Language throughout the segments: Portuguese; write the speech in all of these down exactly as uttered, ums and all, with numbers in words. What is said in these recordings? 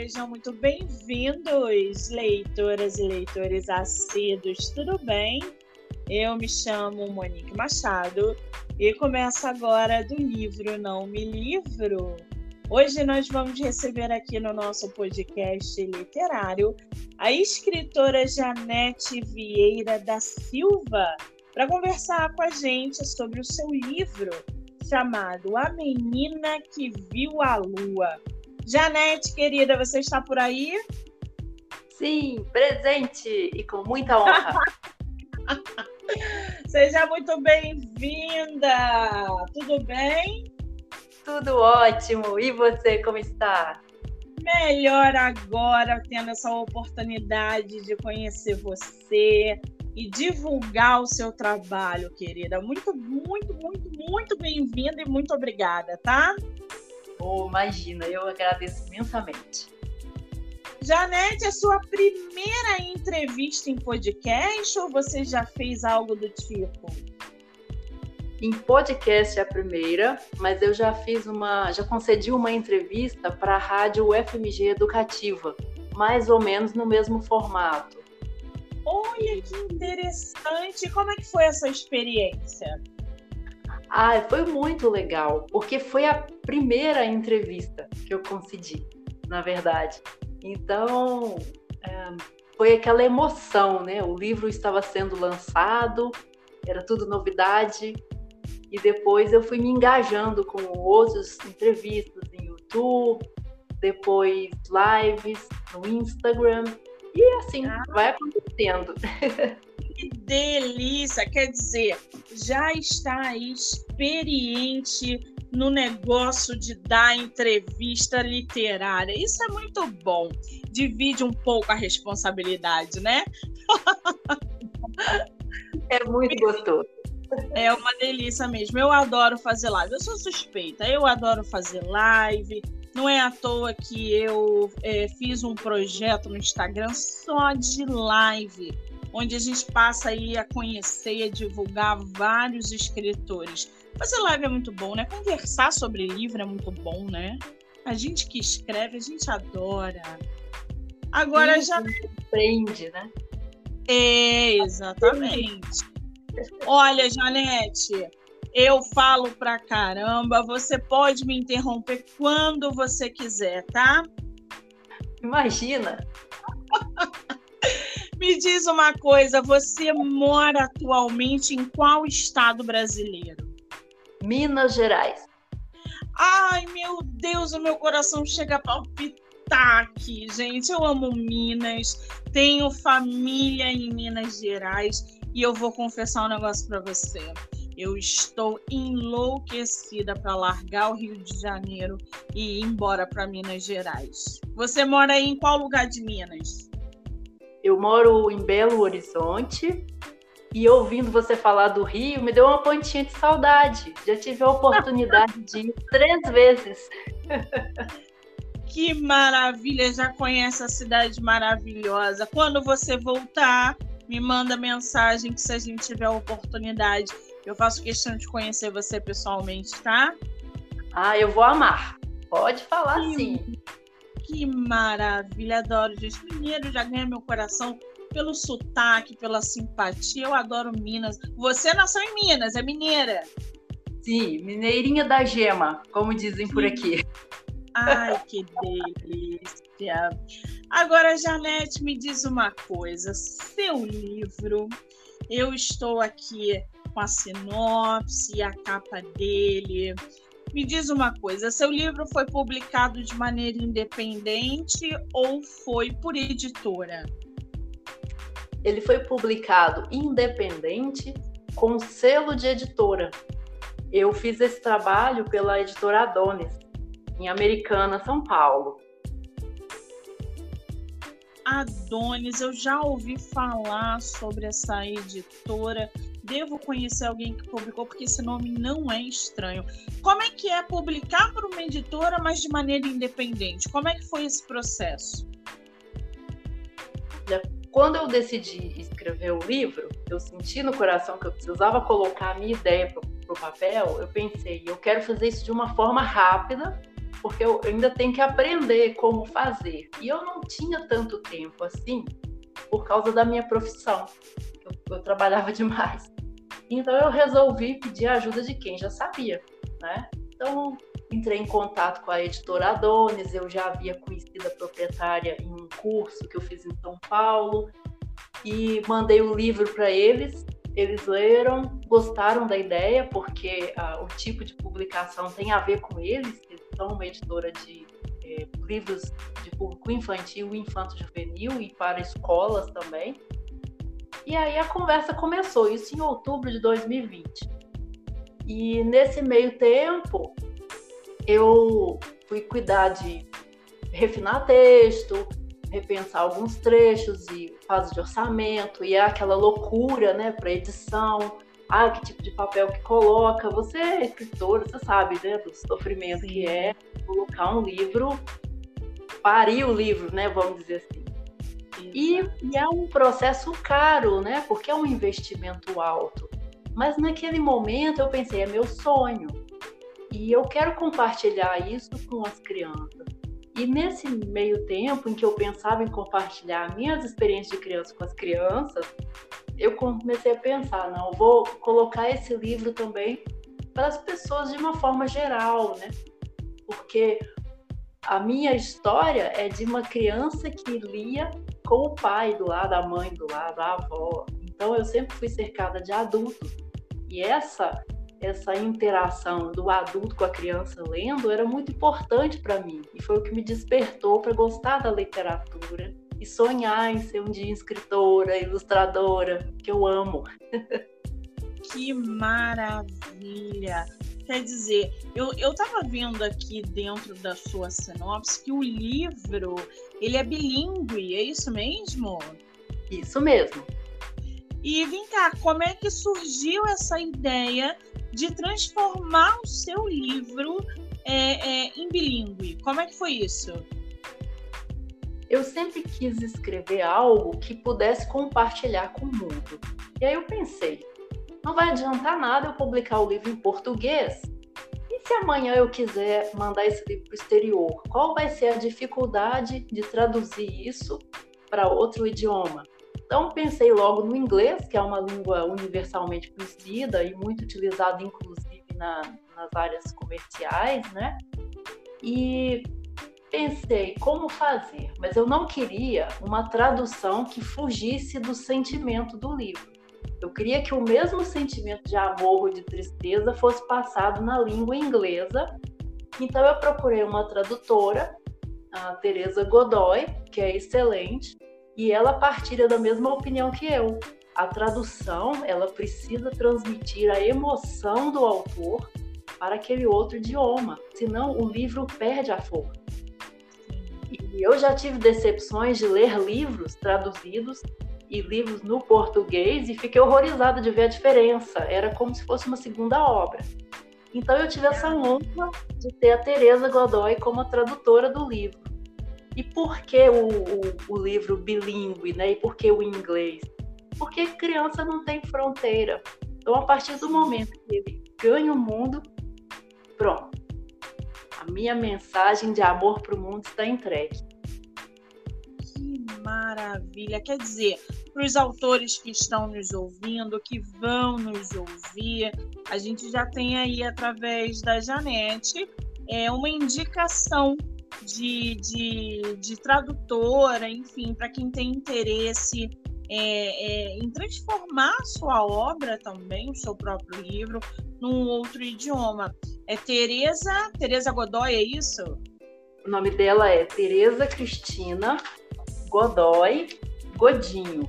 Sejam muito bem-vindos, leitoras e leitores assíduos, tudo bem? Eu me chamo Monique Machado e começo agora do livro Não Me Livro. Hoje nós vamos receber aqui no nosso podcast literário a escritora Janete Vieira da Silva para conversar com a gente sobre o seu livro chamado A Menina que Viu a Lua. Janete, querida, você está por aí? Sim, presente e com muita honra. Seja muito bem-vinda! Tudo bem? Tudo ótimo. E você, como está? Melhor agora, tendo essa oportunidade de conhecer você e divulgar o seu trabalho, querida. Muito, muito, muito, muito bem-vinda e muito obrigada, tá? Oh, imagina, eu agradeço imensamente. Janete, é sua primeira entrevista em podcast ou você já fez algo do tipo? Em podcast é a primeira, mas eu já fiz uma, já concedi uma entrevista para a rádio F M G Educativa, mais ou menos no mesmo formato. Olha que interessante! Como é que foi essa experiência? Ah, foi muito legal, porque foi a primeira entrevista que eu concedi, na verdade. Então, é, foi aquela emoção, né? O livro estava sendo lançado, era tudo novidade, e depois eu fui me engajando com outras entrevistas em YouTube, depois lives no Instagram, e assim, ah. vai acontecendo. Que delícia! Quer dizer, já está aí experiente no negócio de dar entrevista literária. Isso é muito bom. Divide um pouco a responsabilidade, né? É muito gostoso. É uma delícia mesmo. Eu adoro fazer live. Eu sou suspeita. Eu adoro fazer live. Não é à toa que eu é, fiz um projeto no Instagram só de live, onde a gente passa aí a conhecer e a divulgar vários escritores. Fazer live é muito bom, né? Conversar sobre livro é muito bom, né? A gente que escreve, a gente adora. Agora Sim, já... aprende, né? É, exatamente. Olha, Janete, eu falo pra caramba, você pode me interromper quando você quiser, tá? Imagina! Me diz uma coisa, você mora atualmente em qual estado brasileiro? Minas Gerais. Ai, meu Deus, o meu coração chega a palpitar aqui, gente. Eu amo Minas, tenho família em Minas Gerais e eu vou confessar um negócio para você. Eu estou enlouquecida para largar o Rio de Janeiro e ir embora para Minas Gerais. Você mora aí em qual lugar de Minas? Eu moro em Belo Horizonte e ouvindo você falar do Rio, me deu uma pontinha de saudade. Já tive a oportunidade de ir três vezes. Que maravilha, já conhece a cidade maravilhosa. Quando você voltar, me manda mensagem que se a gente tiver a oportunidade, eu faço questão de conhecer você pessoalmente, tá? Ah, eu vou amar. Pode falar que, sim. Que maravilha, adoro. Gente, mineiro já ganha meu coração pelo sotaque, pela simpatia. Eu adoro Minas. Você nasceu em Minas, é mineira? Sim, mineirinha da gema, como dizem por aqui. Ai, que delícia. Agora, Janete, me diz uma coisa. Seu livro, eu estou aqui com a sinopse e a capa dele. Me diz uma coisa, seu livro foi publicado de maneira independente ou foi por editora? Ele foi publicado independente com selo de editora. Eu fiz esse trabalho pela editora Adonis, em Americana, São Paulo. Adonis, eu já ouvi falar sobre essa editora. Devo conhecer alguém que publicou, porque esse nome não é estranho. Como é que é publicar por uma editora, mas de maneira independente? Como é que foi esse processo? Quando eu decidi escrever o livro, eu senti no coração que eu precisava colocar a minha ideia para o papel. Eu pensei, eu quero fazer isso de uma forma rápida porque eu ainda tenho que aprender como fazer. E eu não tinha tanto tempo assim, por causa da minha profissão. Eu, eu trabalhava demais. Então eu resolvi pedir a ajuda de quem já sabia, né? Então entrei em contato com a editora Adonis, eu já havia conhecido a proprietária em um curso que eu fiz em São Paulo, e mandei o livro para eles. Eles leram, gostaram da ideia, porque ah, o tipo de publicação tem a ver com eles. Eles são uma editora de eh, livros de público infantil e infanto-juvenil, e para escolas também. E aí a conversa começou, isso em outubro de dois mil e vinte. E nesse meio tempo, eu fui cuidar de refinar texto, repensar alguns trechos e fase de orçamento, e é aquela loucura, né, para edição. Ah, que tipo de papel que coloca? Você é escritora, você sabe, né, do sofrimento que é colocar um livro, parir o livro, né, vamos dizer assim. E, e é um processo caro, né, porque é um investimento alto. Mas naquele momento eu pensei, é meu sonho. E eu quero compartilhar isso com as crianças. E nesse meio tempo em que eu pensava em compartilhar minhas experiências de criança com as crianças, eu comecei a pensar, não, eu vou colocar esse livro também para as pessoas de uma forma geral, né? Porque a minha história é de uma criança que lia com o pai do lado, a mãe do lado, a avó. Então eu sempre fui cercada de adultos. E essa essa interação do adulto com a criança lendo era muito importante para mim. E foi o que me despertou para gostar da literatura e sonhar em ser um dia escritora, ilustradora, que eu amo. Que maravilha! Quer dizer, eu eu estava vendo aqui dentro da sua sinopse que o livro, ele é bilíngue, é isso mesmo? Isso mesmo. E vem cá, como é que surgiu essa ideia de transformar o seu livro é, é, em bilíngue? Como é que foi isso? Eu sempre quis escrever algo que pudesse compartilhar com o mundo. E aí eu pensei, não vai adiantar nada eu publicar o livro em português. E se amanhã eu quiser mandar esse livro para o exterior? Qual vai ser a dificuldade de traduzir isso para outro idioma? Então pensei logo no inglês, que é uma língua universalmente conhecida e muito utilizada, inclusive, na, nas áreas comerciais, né? E pensei como fazer, mas eu não queria uma tradução que fugisse do sentimento do livro. Eu queria que o mesmo sentimento de amor ou de tristeza fosse passado na língua inglesa. Então eu procurei uma tradutora, a Teresa Godoy, que é excelente, e ela partilha da mesma opinião que eu. A tradução, ela precisa transmitir a emoção do autor para aquele outro idioma, senão o livro perde a força. E eu já tive decepções de ler livros traduzidos e livros no português e fiquei horrorizada de ver a diferença. Era como se fosse uma segunda obra. Então eu tive essa honra de ter a Teresa Godoy como a tradutora do livro. E por que o, o, o livro bilíngue, né? E por que o inglês? Porque criança não tem fronteira. Então, a partir do momento que ele ganha o mundo, pronto. A minha mensagem de amor para o mundo está entregue. Que maravilha! Quer dizer, para os autores que estão nos ouvindo, que vão nos ouvir, a gente já tem aí, através da Janete, é, uma indicação De, de, de tradutora, enfim, para quem tem interesse é, é, em transformar a sua obra também, o seu próprio livro, num outro idioma. É Teresa, Teresa Godoy, é isso? O nome dela é Teresa Cristina Godoy Godinho.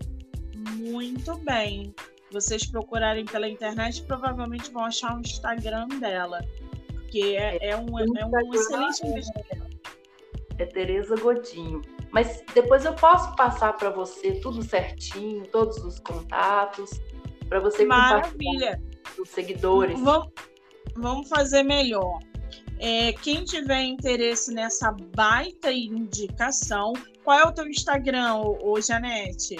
Muito bem. Vocês procurarem pela internet, provavelmente vão achar o Instagram dela, porque é, é um, é um excelente investimento. É Teresa Godinho. Mas depois eu posso passar para você tudo certinho, todos os contatos, para você Maravilha. compartilhar com os seguidores. Vamos, vamos fazer melhor. É, quem tiver interesse nessa baita indicação, qual é o teu Instagram, ô, ô Janete?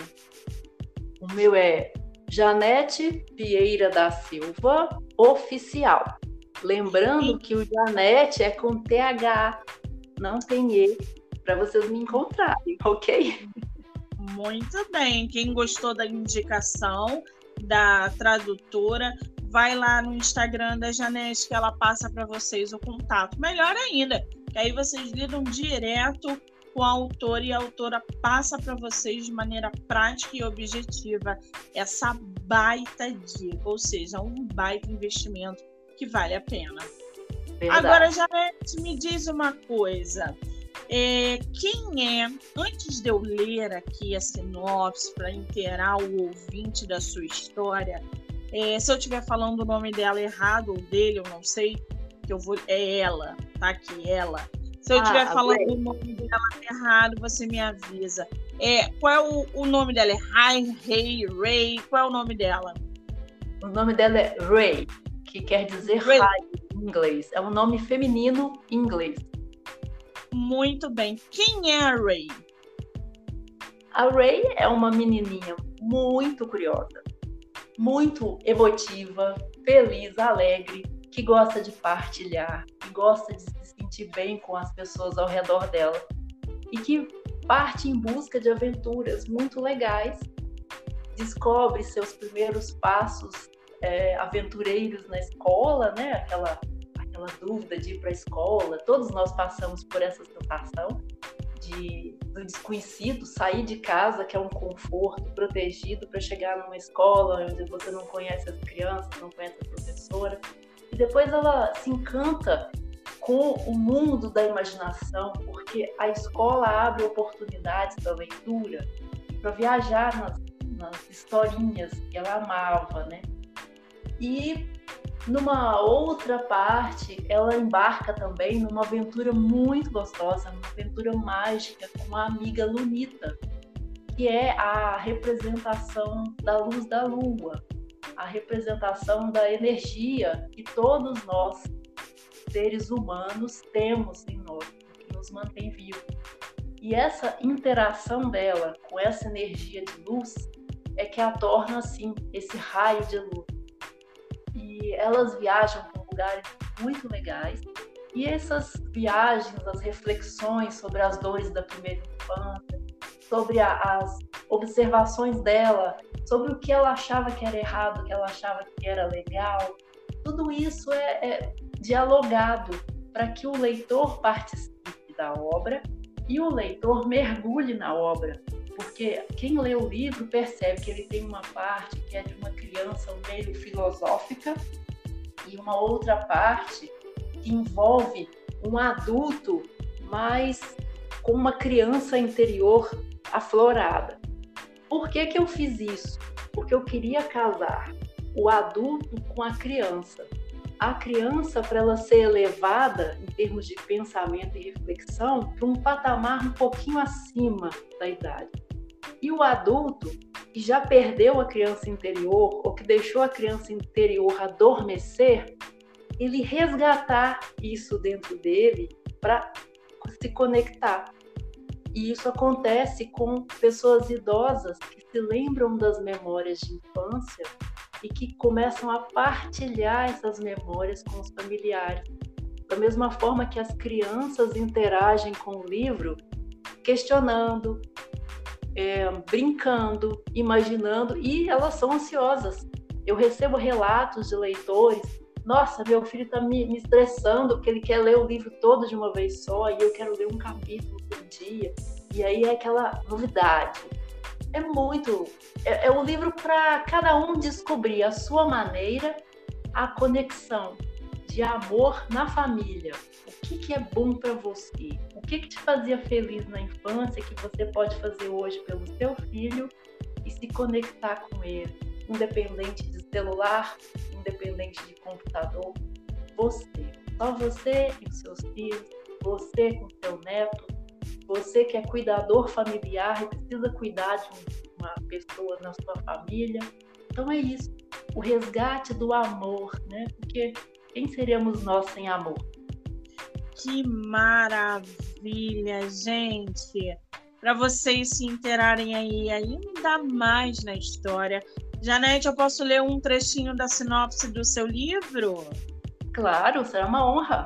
O meu é Janete Vieira da Silva Oficial. Lembrando que o Janete é com T H, não tem E, para vocês me encontrarem, ok? Muito bem. Quem gostou da indicação da tradutora, vai lá no Instagram da Janete, que ela passa para vocês o contato. Melhor ainda, que aí vocês lidam direto com a autora e a autora passa para vocês de maneira prática e objetiva essa baita dica, ou seja, um baita investimento que vale a pena. Verdade. Agora, Janete, me diz uma coisa. É, quem é, antes de eu ler aqui a sinopse para inteirar o ouvinte da sua história, é, se eu estiver falando o nome dela errado ou dele, eu não sei, que eu vou, é ela, tá aqui, ela. Se eu estiver ah, falando o nome dela errado, você me avisa. É, qual é o, o nome dela? É Rai, Rei, Ray? Qual é o nome dela? O nome dela é Ray, que quer dizer Ray em inglês. É um nome feminino em inglês. Muito bem. Quem é a Ray? A Ray é uma menininha muito curiosa, muito emotiva, feliz, alegre, que gosta de partilhar, que gosta de se sentir bem com as pessoas ao redor dela e que parte em busca de aventuras muito legais, descobre seus primeiros passos é, aventureiros na escola, né? Aquela, aquela dúvida de ir para a escola. Todos nós passamos por essa sensação de, do desconhecido, sair de casa, que é um conforto protegido, para chegar numa escola onde você não conhece as crianças, não conhece a professora. E depois ela se encanta com o mundo da imaginação, porque a escola abre oportunidades para leitura, para viajar nas, nas historinhas que ela amava, né? E numa outra parte, ela embarca também numa aventura muito gostosa, uma aventura mágica com a amiga Lunita, que é a representação da luz da lua, a representação da energia que todos nós, seres humanos, temos em nós, que nos mantém vivos. E essa interação dela com essa energia de luz é que a torna, assim, esse raio de luz. E elas viajam por lugares muito legais. E essas viagens, as reflexões sobre as dores da primeira infância, sobre a, as observações dela, sobre o que ela achava que era errado, o que ela achava que era legal, tudo isso é, é dialogado para que o leitor participe da obra e o leitor mergulhe na obra, porque quem lê o livro percebe que ele tem uma parte que é de uma criança meio filosófica e uma outra parte que envolve um adulto, mas com uma criança interior aflorada. Por que que eu fiz isso? Porque eu queria casar o adulto com a criança. A criança, para ela ser elevada em termos de pensamento e reflexão, para um patamar um pouquinho acima da idade. E o adulto, que já perdeu a criança interior, ou que deixou a criança interior adormecer, ele resgatar isso dentro dele para se conectar. E isso acontece com pessoas idosas que se lembram das memórias de infância e que começam a partilhar essas memórias com os familiares. Da mesma forma que as crianças interagem com o livro, questionando, é, brincando, imaginando, e elas são ansiosas. Eu recebo relatos de leitores: nossa, meu filho está me, me estressando porque ele quer ler o livro todo de uma vez só e eu quero ler um capítulo por dia. E aí é aquela novidade. É muito... É, é um livro para cada um descobrir a sua maneira, a conexão de amor na família. O que, que é bom para você? O que, que te fazia feliz na infância que você pode fazer hoje pelo seu filho e se conectar com ele? Independente de celular, independente de computador, você. Só você e os seus filhos, você com seu neto, você que é cuidador familiar e precisa cuidar de uma pessoa na sua família. Então é isso, o resgate do amor, né? Porque quem seríamos nós sem amor? Que maravilha, gente! Para vocês se interarem aí ainda mais na história. Janete, eu posso ler um trechinho da sinopse do seu livro? Claro, será uma honra.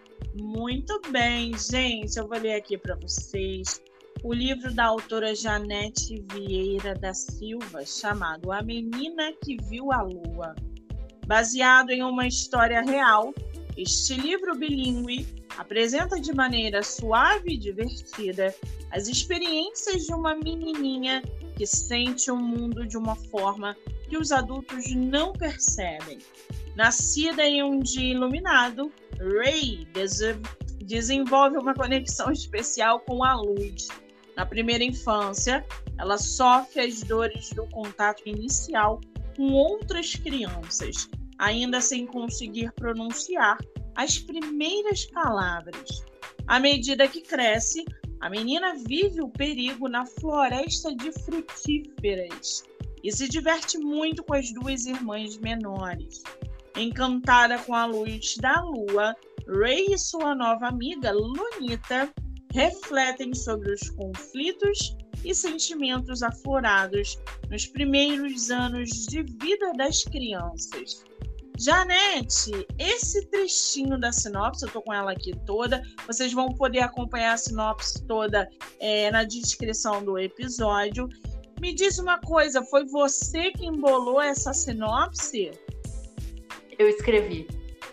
Muito bem, gente, eu vou ler aqui para vocês o livro da autora Janete Vieira da Silva, chamado A Menina que Viu a Lua. Baseado em uma história real, este livro bilíngue apresenta de maneira suave e divertida as experiências de uma menininha que sente o mundo de uma forma que os adultos não percebem. Nascida em um dia iluminado, Ray desenvolve uma conexão especial com a luz. Na primeira infância, ela sofre as dores do contato inicial com outras crianças, ainda sem conseguir pronunciar as primeiras palavras. À medida que cresce, a menina vive o perigo na floresta de frutíferas e se diverte muito com as duas irmãs menores. Encantada com a luz da lua, Ray e sua nova amiga, Lunita, refletem sobre os conflitos e sentimentos aflorados nos primeiros anos de vida das crianças. Janete, esse trechinho da sinopse, eu estou com ela aqui toda, vocês vão poder acompanhar a sinopse toda é, na descrição do episódio. Me diz uma coisa, foi você que embolou essa sinopse? Eu escrevi.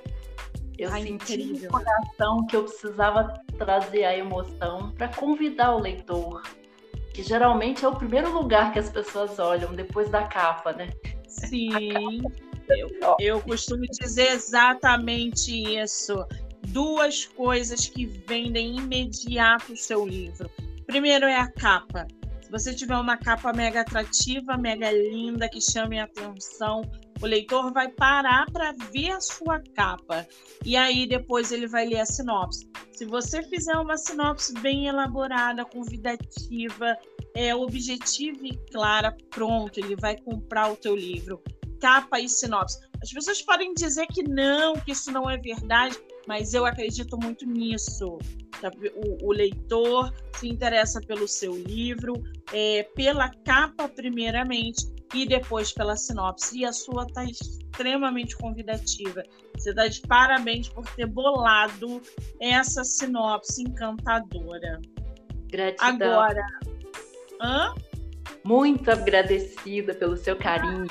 Eu ah, senti incrível. no coração que eu precisava trazer a emoção para convidar o leitor, que geralmente é o primeiro lugar que as pessoas olham, depois da capa, né? Sim, eu, eu costumo dizer exatamente isso. Duas coisas que vendem imediato o seu livro. Primeiro é a capa. Se você tiver uma capa mega atrativa, mega linda, que chame a atenção, o leitor vai parar para ver a sua capa. E aí depois ele vai ler a sinopse. Se você fizer uma sinopse bem elaborada, convidativa, é, objetiva e clara, pronto, ele vai comprar o teu livro. Capa e sinopse. As pessoas podem dizer que não, que isso não é verdade, mas eu acredito muito nisso. O, o leitor se interessa pelo seu livro, é, pela capa primeiramente e depois pela sinopse. E a sua está extremamente convidativa. Você está de parabéns por ter bolado essa sinopse encantadora. Gratidão. Agora, hã? Muito agradecida pelo seu carinho.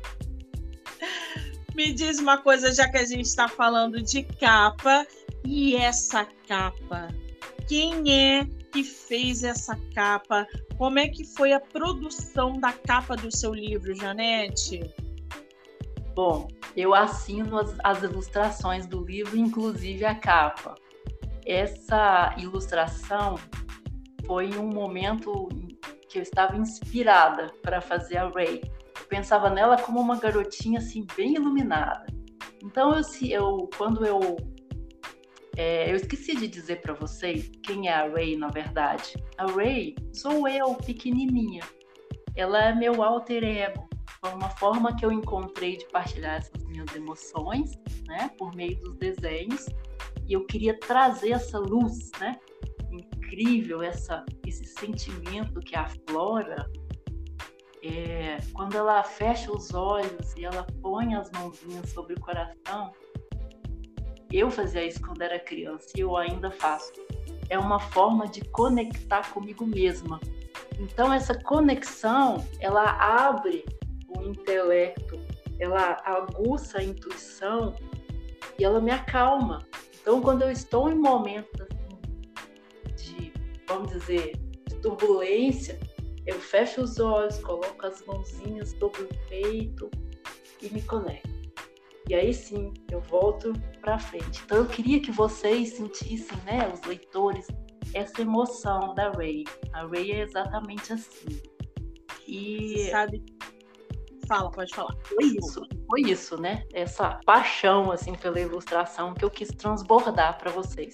Me diz uma coisa, já que a gente está falando de capa, e essa capa? Quem é que fez essa capa? Como é que foi a produção da capa do seu livro, Janete? Bom, eu assino as, as ilustrações do livro, inclusive a capa. Essa ilustração foi um momento que eu estava inspirada para fazer a Ray. Eu pensava nela como uma garotinha assim, bem iluminada. Então, eu, eu, quando eu... É, eu esqueci de dizer para vocês quem é a Ray, na verdade. A Ray sou eu, pequenininha. Ela é meu alter ego. Foi uma forma que eu encontrei de partilhar essas minhas emoções, né, por meio dos desenhos. E eu queria trazer essa luz, né, incrível, essa, esse sentimento que aflora. É, quando ela fecha os olhos e ela põe as mãozinhas sobre o coração. Eu fazia isso quando era criança e eu ainda faço. É uma forma de conectar comigo mesma. Então, essa conexão, ela abre o intelecto, ela aguça a intuição e ela me acalma. Então, quando eu estou em momentos assim, de, vamos dizer, de turbulência, eu fecho os olhos, coloco as mãozinhas sobre o peito e me conecto. E aí sim, eu volto para frente. Então eu queria que vocês sentissem, né, os leitores, essa emoção da Ray. A Ray é exatamente assim. E sabe? Fala, pode falar. Foi isso, foi isso, né? Essa paixão assim pela ilustração que eu quis transbordar para vocês.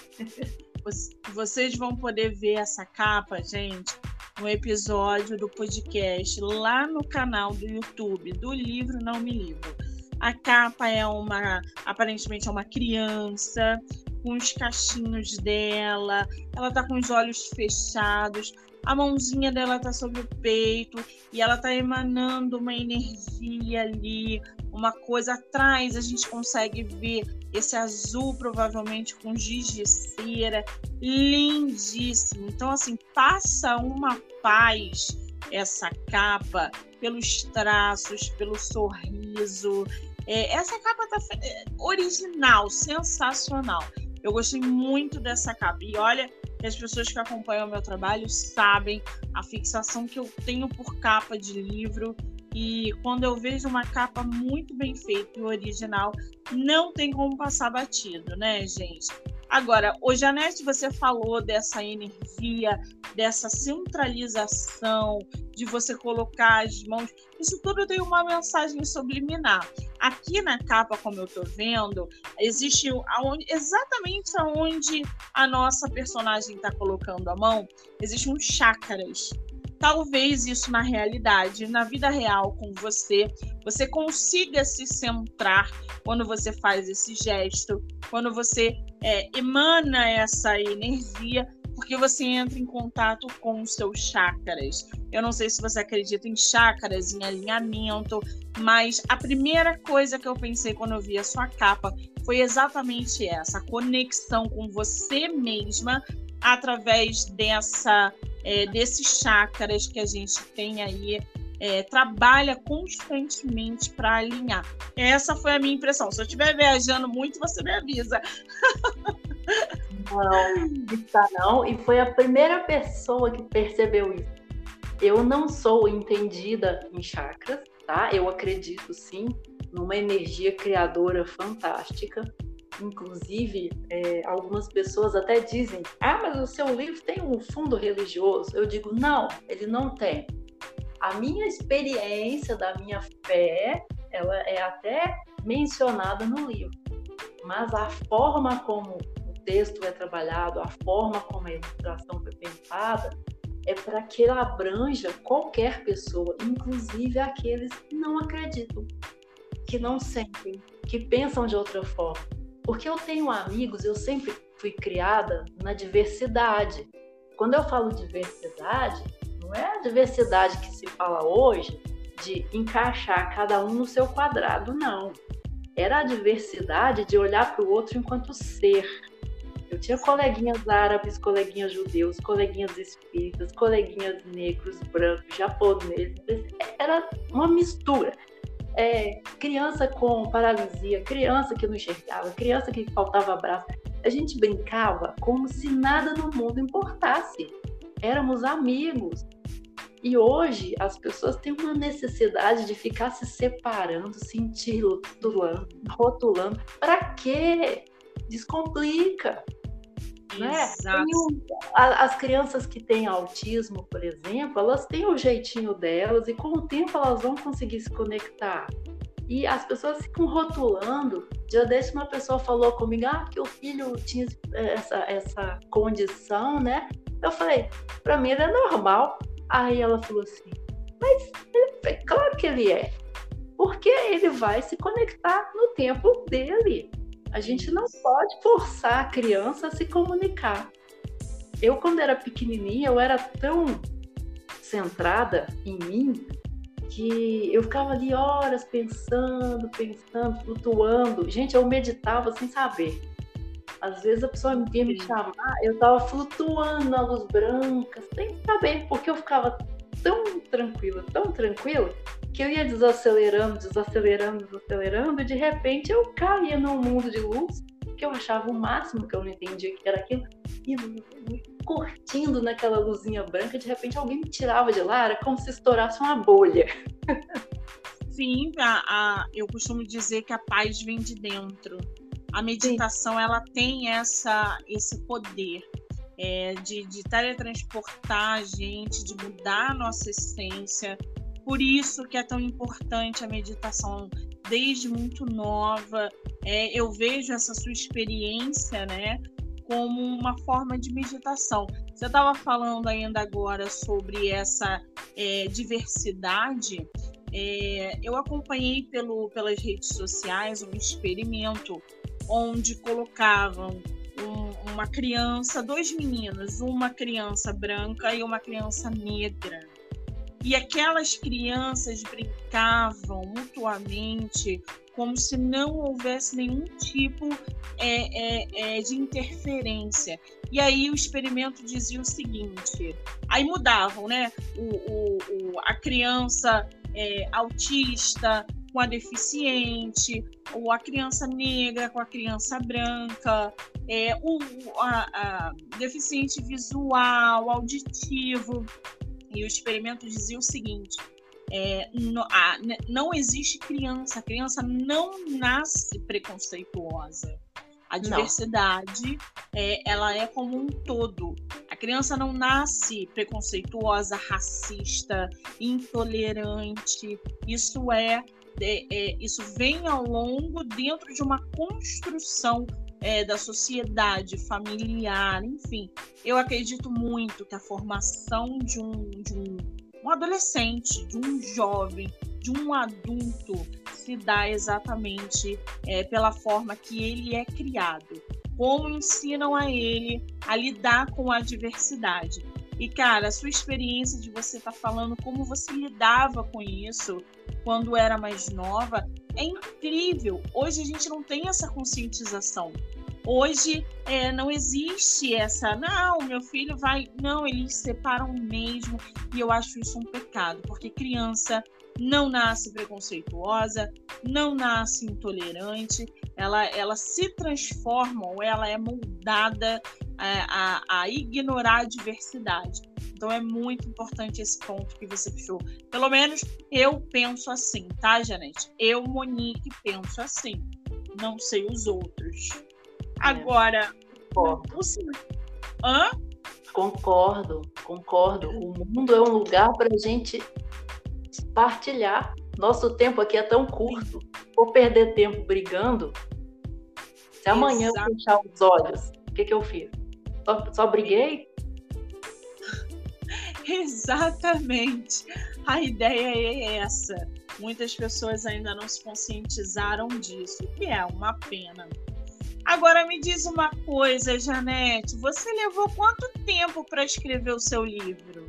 Vocês vão poder ver essa capa, gente, no episódio do podcast lá no canal do YouTube do Livro Não Me Livro. A capa é uma, aparentemente é uma criança com os cachinhos dela, ela tá com os olhos fechados, a mãozinha dela tá sobre o peito e ela tá emanando uma energia ali, uma coisa atrás, a gente consegue ver esse azul, provavelmente com giz de cera, lindíssimo. Então, assim, passa uma paz essa capa, pelos traços, pelo sorriso. É, essa capa tá original, sensacional. Eu gostei muito dessa capa. E olha, que as pessoas que acompanham o meu trabalho sabem a fixação que eu tenho por capa de livro. E quando eu vejo uma capa muito bem feita e original, não tem como passar batido, né, gente? Agora, ô Janete, você falou dessa energia, dessa centralização, de você colocar as mãos. Isso tudo tem uma mensagem subliminar. Aqui na capa, como eu estou vendo, existe aonde, exatamente aonde a nossa personagem está colocando a mão, existem uns chakras. Talvez isso na realidade, na vida real com você, você consiga se centrar quando você faz esse gesto, quando você é, emana essa energia, porque você entra em contato com os seus chakras. Eu não sei se você acredita em chakras, em alinhamento, mas a primeira coisa que eu pensei quando eu vi a sua capa foi exatamente essa, a conexão com você mesma através dessa, é, desses chakras que a gente tem aí, é, trabalha constantemente para alinhar. Essa foi a minha impressão. Se eu estiver viajando muito, você me avisa. Não, está não. E foi a primeira pessoa que percebeu isso. Eu não sou entendida em chakras, tá? Eu acredito sim numa energia criadora fantástica. Inclusive, é, algumas pessoas até dizem: ah, mas o seu livro tem um fundo religioso. Eu digo: não, ele não tem. A minha experiência da minha fé, ela é até mencionada no livro. Mas a forma como o texto é trabalhado, a forma como a ilustração foi pensada, é para que ela abranja qualquer pessoa, inclusive aqueles que não acreditam, que não sentem, que pensam de outra forma. Porque eu tenho amigos, eu sempre fui criada na diversidade. Quando eu falo diversidade, não é a diversidade que se fala hoje de encaixar cada um no seu quadrado, não. Era a diversidade de olhar para o outro enquanto ser. Eu tinha coleguinhas árabes, coleguinhas judeus, coleguinhas espíritas, coleguinhas negros, brancos, japoneses. Era uma mistura. É, criança com paralisia, criança que não enxergava, criança que faltava braço. A gente brincava como se nada no mundo importasse. Éramos amigos. E hoje as pessoas têm uma necessidade de ficar se separando, se rotulando, rotulando. Para quê? Descomplica. Né? Um, a, as crianças que têm autismo, por exemplo, elas têm o jeitinho delas e com o tempo elas vão conseguir se conectar. E as pessoas ficam rotulando. Já desse uma pessoa falou comigo ah, que o filho tinha essa, essa condição, né? Eu falei, para mim ele é normal. Aí ela falou assim, mas é claro que ele é, porque ele vai se conectar no tempo dele. A gente não pode forçar a criança a se comunicar. Eu, quando era pequenininha, eu era tão centrada em mim que eu ficava ali horas pensando, pensando, flutuando. Gente, eu meditava sem saber. Às vezes a pessoa vinha me chamar, eu estava flutuando na luz branca, sem saber, porque eu ficava tão tranquila, tão tranquila, que eu ia desacelerando, desacelerando, desacelerando, e de repente eu caía num mundo de luz, que eu achava o máximo, que eu não entendia que era aquilo, e curtindo naquela luzinha branca, de repente alguém me tirava de lá, era como se estourasse uma bolha. Sim, a, a, eu costumo dizer que a paz vem de dentro. A meditação, ela tem essa, esse poder é, de, de teletransportar a gente, de mudar a nossa essência. Por isso que é tão importante a meditação desde muito nova. É, eu vejo essa sua experiência, né, como uma forma de meditação. Você estava falando ainda agora sobre essa é, diversidade. É, eu acompanhei pelo, pelas redes sociais um experimento onde colocavam um, uma criança, dois meninos, uma criança branca e uma criança negra. E aquelas crianças brincavam mutuamente como se não houvesse nenhum tipo é, é, é, de interferência. E aí o experimento dizia o seguinte, aí mudavam, né? O, o, o, a criança é, autista com a deficiente, ou a criança negra com a criança branca, é, o a, a deficiente visual, auditivo. E o experimento dizia o seguinte, é, no, a, não existe criança, a criança não nasce preconceituosa. A diversidade, é, ela é como um todo. A criança não nasce preconceituosa, racista, intolerante. Isso é, é, é isso vem ao longo dentro de uma construção É, da sociedade familiar, enfim. Eu acredito muito que a formação de um, de um, um adolescente, de um jovem, de um adulto, se dá exatamente é, pela forma que ele é criado, como ensinam a ele a lidar com a diversidade. E, cara, a sua experiência de você estar tá falando como você lidava com isso quando era mais nova é incrível. Hoje a gente não tem essa conscientização. Hoje é, não existe essa, não, meu filho vai... Não, eles separam mesmo, e eu acho isso um pecado, porque criança não nasce preconceituosa, não nasce intolerante, ela, ela se transforma ou ela é moldada a, a, a ignorar a diversidade. Então é muito importante esse ponto que você puxou. Pelo menos eu penso assim, tá, Janete? Eu, Monique, penso assim. Não sei os outros. Agora, concordo. O... Hã? Concordo, concordo. O mundo é um lugar para a gente partilhar. Nosso tempo aqui é tão curto. Vou perder tempo brigando. Se amanhã Exato. eu fechar os olhos, o que, que eu fiz? Só, só briguei? Exatamente. A ideia é essa. Muitas pessoas ainda não se conscientizaram disso, que é uma pena. Agora me diz uma coisa, Janete, você levou quanto tempo para escrever o seu livro?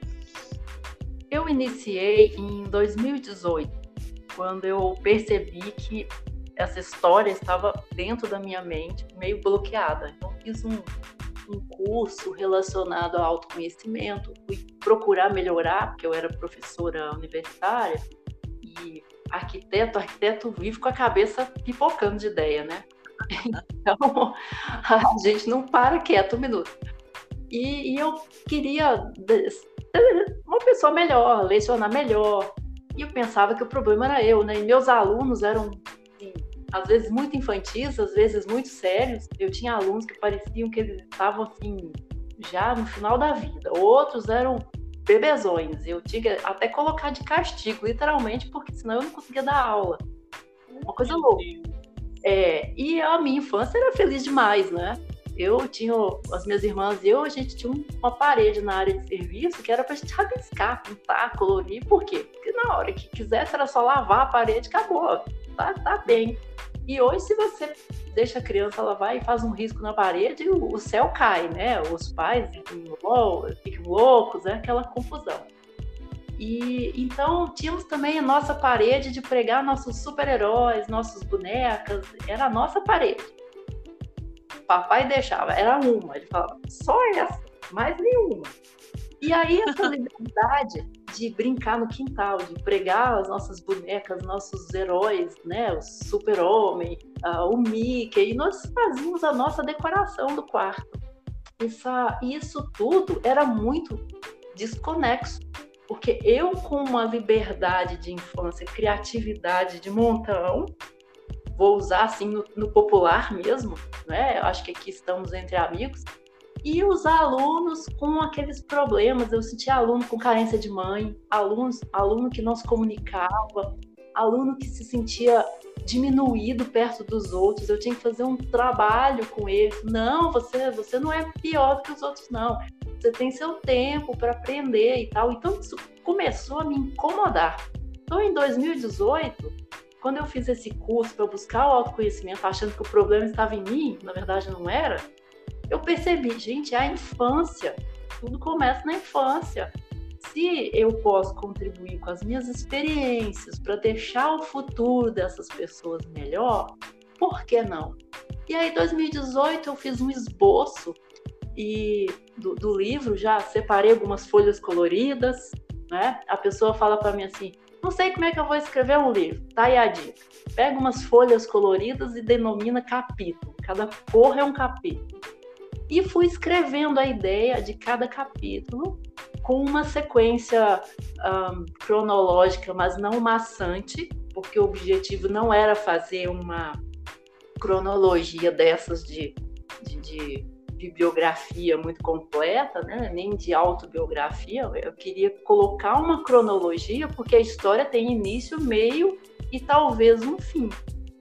Eu iniciei em dois mil e dezoito, quando eu percebi que essa história estava dentro da minha mente, meio bloqueada. Então fiz um, um curso relacionado ao autoconhecimento, fui procurar melhorar, porque eu era professora universitária, e arquiteto, arquiteto vive com a cabeça pipocando de ideia, né? Então, a gente não para quieto um minuto. E, e eu queria uma pessoa melhor, lecionar melhor. E eu pensava que o problema era eu, né? E meus alunos eram, assim, às vezes, muito infantis, às vezes muito sérios. Eu tinha alunos que pareciam que eles estavam, assim, já no final da vida. Outros eram bebezões. Eu tinha que até colocar de castigo, literalmente, porque senão eu não conseguia dar aula. Uma coisa louca. É, e a minha infância era feliz demais, né? Eu tinha, as minhas irmãs e eu, a gente tinha uma parede na área de serviço que era pra gente rabiscar, pintar, colorir. Por quê? Porque na hora que quisesse era só lavar a parede, acabou, tá, tá bem. E hoje, se você deixa a criança lavar e faz um risco na parede, o, o céu cai, né? Os pais ficam, ficam loucos, é aquela confusão. E então tínhamos também a nossa parede de pregar nossos super-heróis, nossas bonecas, era a nossa parede. O papai deixava, era uma, ele falava, só essa, mais nenhuma. E aí essa liberdade de brincar no quintal, de pregar as nossas bonecas, nossos heróis, né, o super-homem, uh, o Mickey, e nós fazíamos a nossa decoração do quarto. Essa, isso tudo era muito desconexo. Porque eu, com uma liberdade de infância, criatividade de montão, vou usar assim no, no popular mesmo, né? Eu acho que aqui estamos entre amigos, e os alunos com aqueles problemas. Eu sentia aluno com carência de mãe, alunos, aluno que não se comunicava, aluno que se sentia diminuído perto dos outros. Eu tinha que fazer um trabalho com eles. Não, você, você não é pior do que os outros, não. Você tem seu tempo para aprender e tal. Então, isso começou a me incomodar. Então, em dois mil e dezoito, quando eu fiz esse curso para buscar o autoconhecimento, achando que o problema estava em mim, na verdade não era, eu percebi, gente, a infância, tudo começa na infância. Se eu posso contribuir com as minhas experiências para deixar o futuro dessas pessoas melhor, por que não? E aí, em dois mil e dezoito, eu fiz um esboço e do, do livro, já separei algumas folhas coloridas, né? A pessoa fala para mim assim, não sei como é que eu vou escrever um livro, tá aí a dica. Pega umas folhas coloridas e denomina capítulo, cada cor é um capítulo. E fui escrevendo a ideia de cada capítulo com uma sequência um, cronológica, mas não maçante, porque o objetivo não era fazer uma cronologia dessas de, de, de bibliografia muito completa, né? Nem de autobiografia. Eu queria colocar uma cronologia, porque a história tem início, meio e talvez um fim,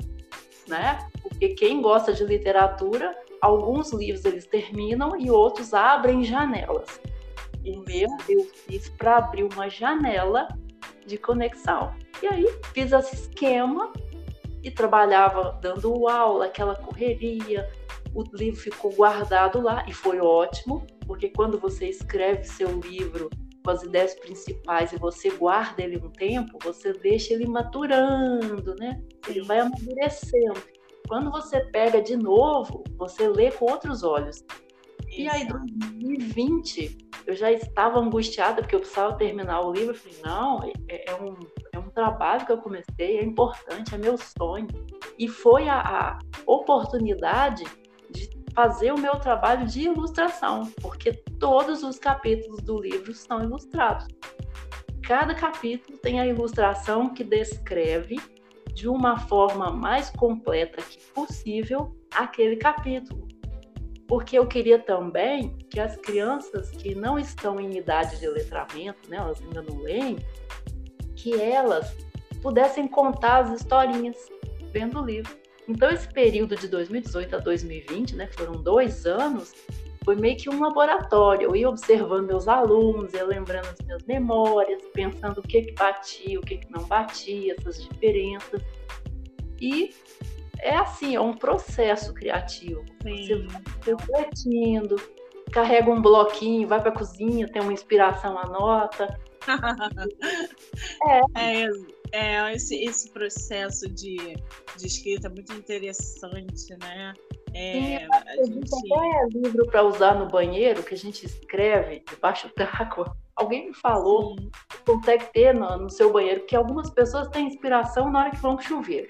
né? Porque quem gosta de literatura, alguns livros eles terminam e outros abrem janelas. O meu eu fiz para abrir uma janela de conexão. E aí fiz esse esquema e trabalhava dando aula, aquela correria. O livro ficou guardado lá e foi ótimo, porque quando você escreve seu livro com as ideias principais e você guarda ele um tempo, você deixa ele maturando, né? Ele vai amadurecendo. Quando você pega de novo, você lê com outros olhos. Exato. E aí, em dois mil e vinte, eu já estava angustiada, porque eu precisava terminar o livro. Eu falei, não, é, é, um, é um trabalho que eu comecei, é importante, é meu sonho. E foi a, a oportunidade de fazer o meu trabalho de ilustração, porque todos os capítulos do livro são ilustrados. Cada capítulo tem a ilustração que descreve de uma forma mais completa que possível aquele capítulo. Porque eu queria também que as crianças que não estão em idade de letramento, né, elas ainda não leem, que elas pudessem contar as historinhas vendo o livro. Então, esse período de dois mil e dezoito a dois mil e vinte, né, foram dois anos, foi meio que um laboratório. Eu ia observando meus alunos, ia lembrando as minhas memórias, pensando o que que batia, o que que não batia, essas diferenças. E é assim, é um processo criativo. Sim. Você vai refletindo, carrega um bloquinho, vai para a cozinha, tem uma inspiração, anota. é, é, é esse, esse processo de, de escrita é muito interessante, né? É, Sim, a gente... até é livro para usar no banheiro, que a gente escreve debaixo d'água. Alguém me falou Sim. que consegue ter no, no seu banheiro, porque algumas pessoas têm inspiração na hora que vão pro chuveiro.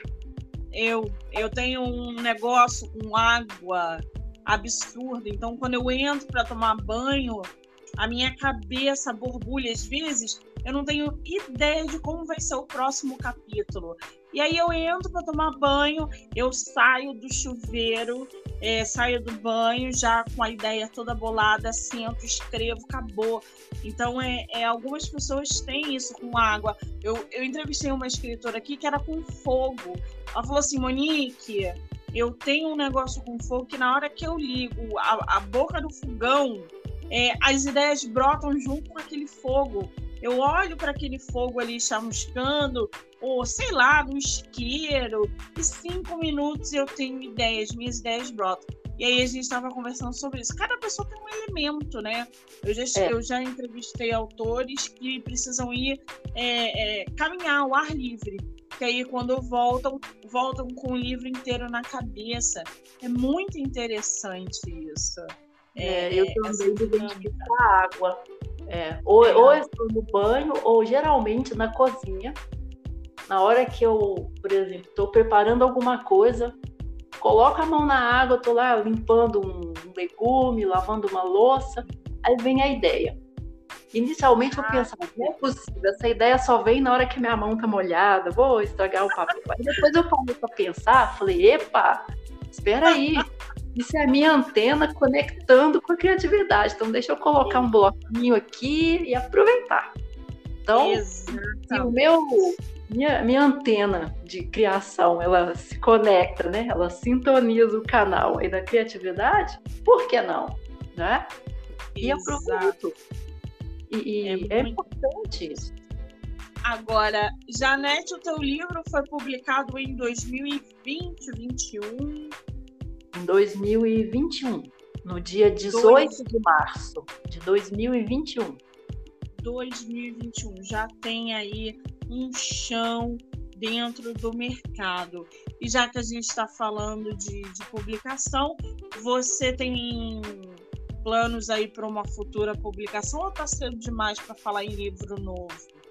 Eu, eu tenho um negócio com água absurdo, então quando eu entro para tomar banho, a minha cabeça borbulha. Às vezes eu não tenho ideia de como vai ser o próximo capítulo. E aí eu entro para tomar banho, eu saio do chuveiro, é, saio do banho já com a ideia toda bolada, sento, escrevo, acabou. Então é, é, algumas pessoas têm isso com água. Eu, eu entrevistei uma escritora aqui que era com fogo. Ela falou assim, Monique, eu tenho um negócio com fogo que na hora que eu ligo a, a boca do fogão, é, as ideias brotam junto com aquele fogo. Eu olho para aquele fogo ali chamuscando, ou sei lá, no isqueiro, e cinco minutos eu tenho ideias, minhas ideias brotam. E aí a gente estava conversando sobre isso. Cada pessoa tem um elemento, né? Eu já, é. eu já entrevistei autores que precisam ir é, é, caminhar ao ar livre. Que aí quando voltam, voltam com o livro inteiro na cabeça. É muito interessante isso. É, eu também identifico a água. É, ou, é. ou eu estou no banho, ou geralmente na cozinha. Na hora que eu, por exemplo, estou preparando alguma coisa, coloco a mão na água, estou lá limpando um, um legume, lavando uma louça, aí vem a ideia. Inicialmente eu ah, pensava, não é possível, essa ideia só vem na hora que minha mão está molhada, vou estragar o papel. Aí depois eu parei para pensar, falei, epa, espera aí. Isso é a minha antena conectando com a criatividade. Então, deixa eu colocar um bloquinho aqui e aproveitar. Então, se o meu, minha, minha antena de criação, ela se conecta, né? Ela sintoniza o canal aí da criatividade, por que não? Né? E aproveito. E, e é, é importante isso. Agora, Janete, o teu livro foi publicado em dois mil e vinte, vinte e um... Em dois mil e vinte e um. no dia dezoito de março de dois mil e vinte e um. dois mil e vinte e um, já tem aí um chão dentro do mercado. E já que a gente está falando de, de publicação, você tem planos aí para uma futura publicação ou está cedo demais para falar em livro novo?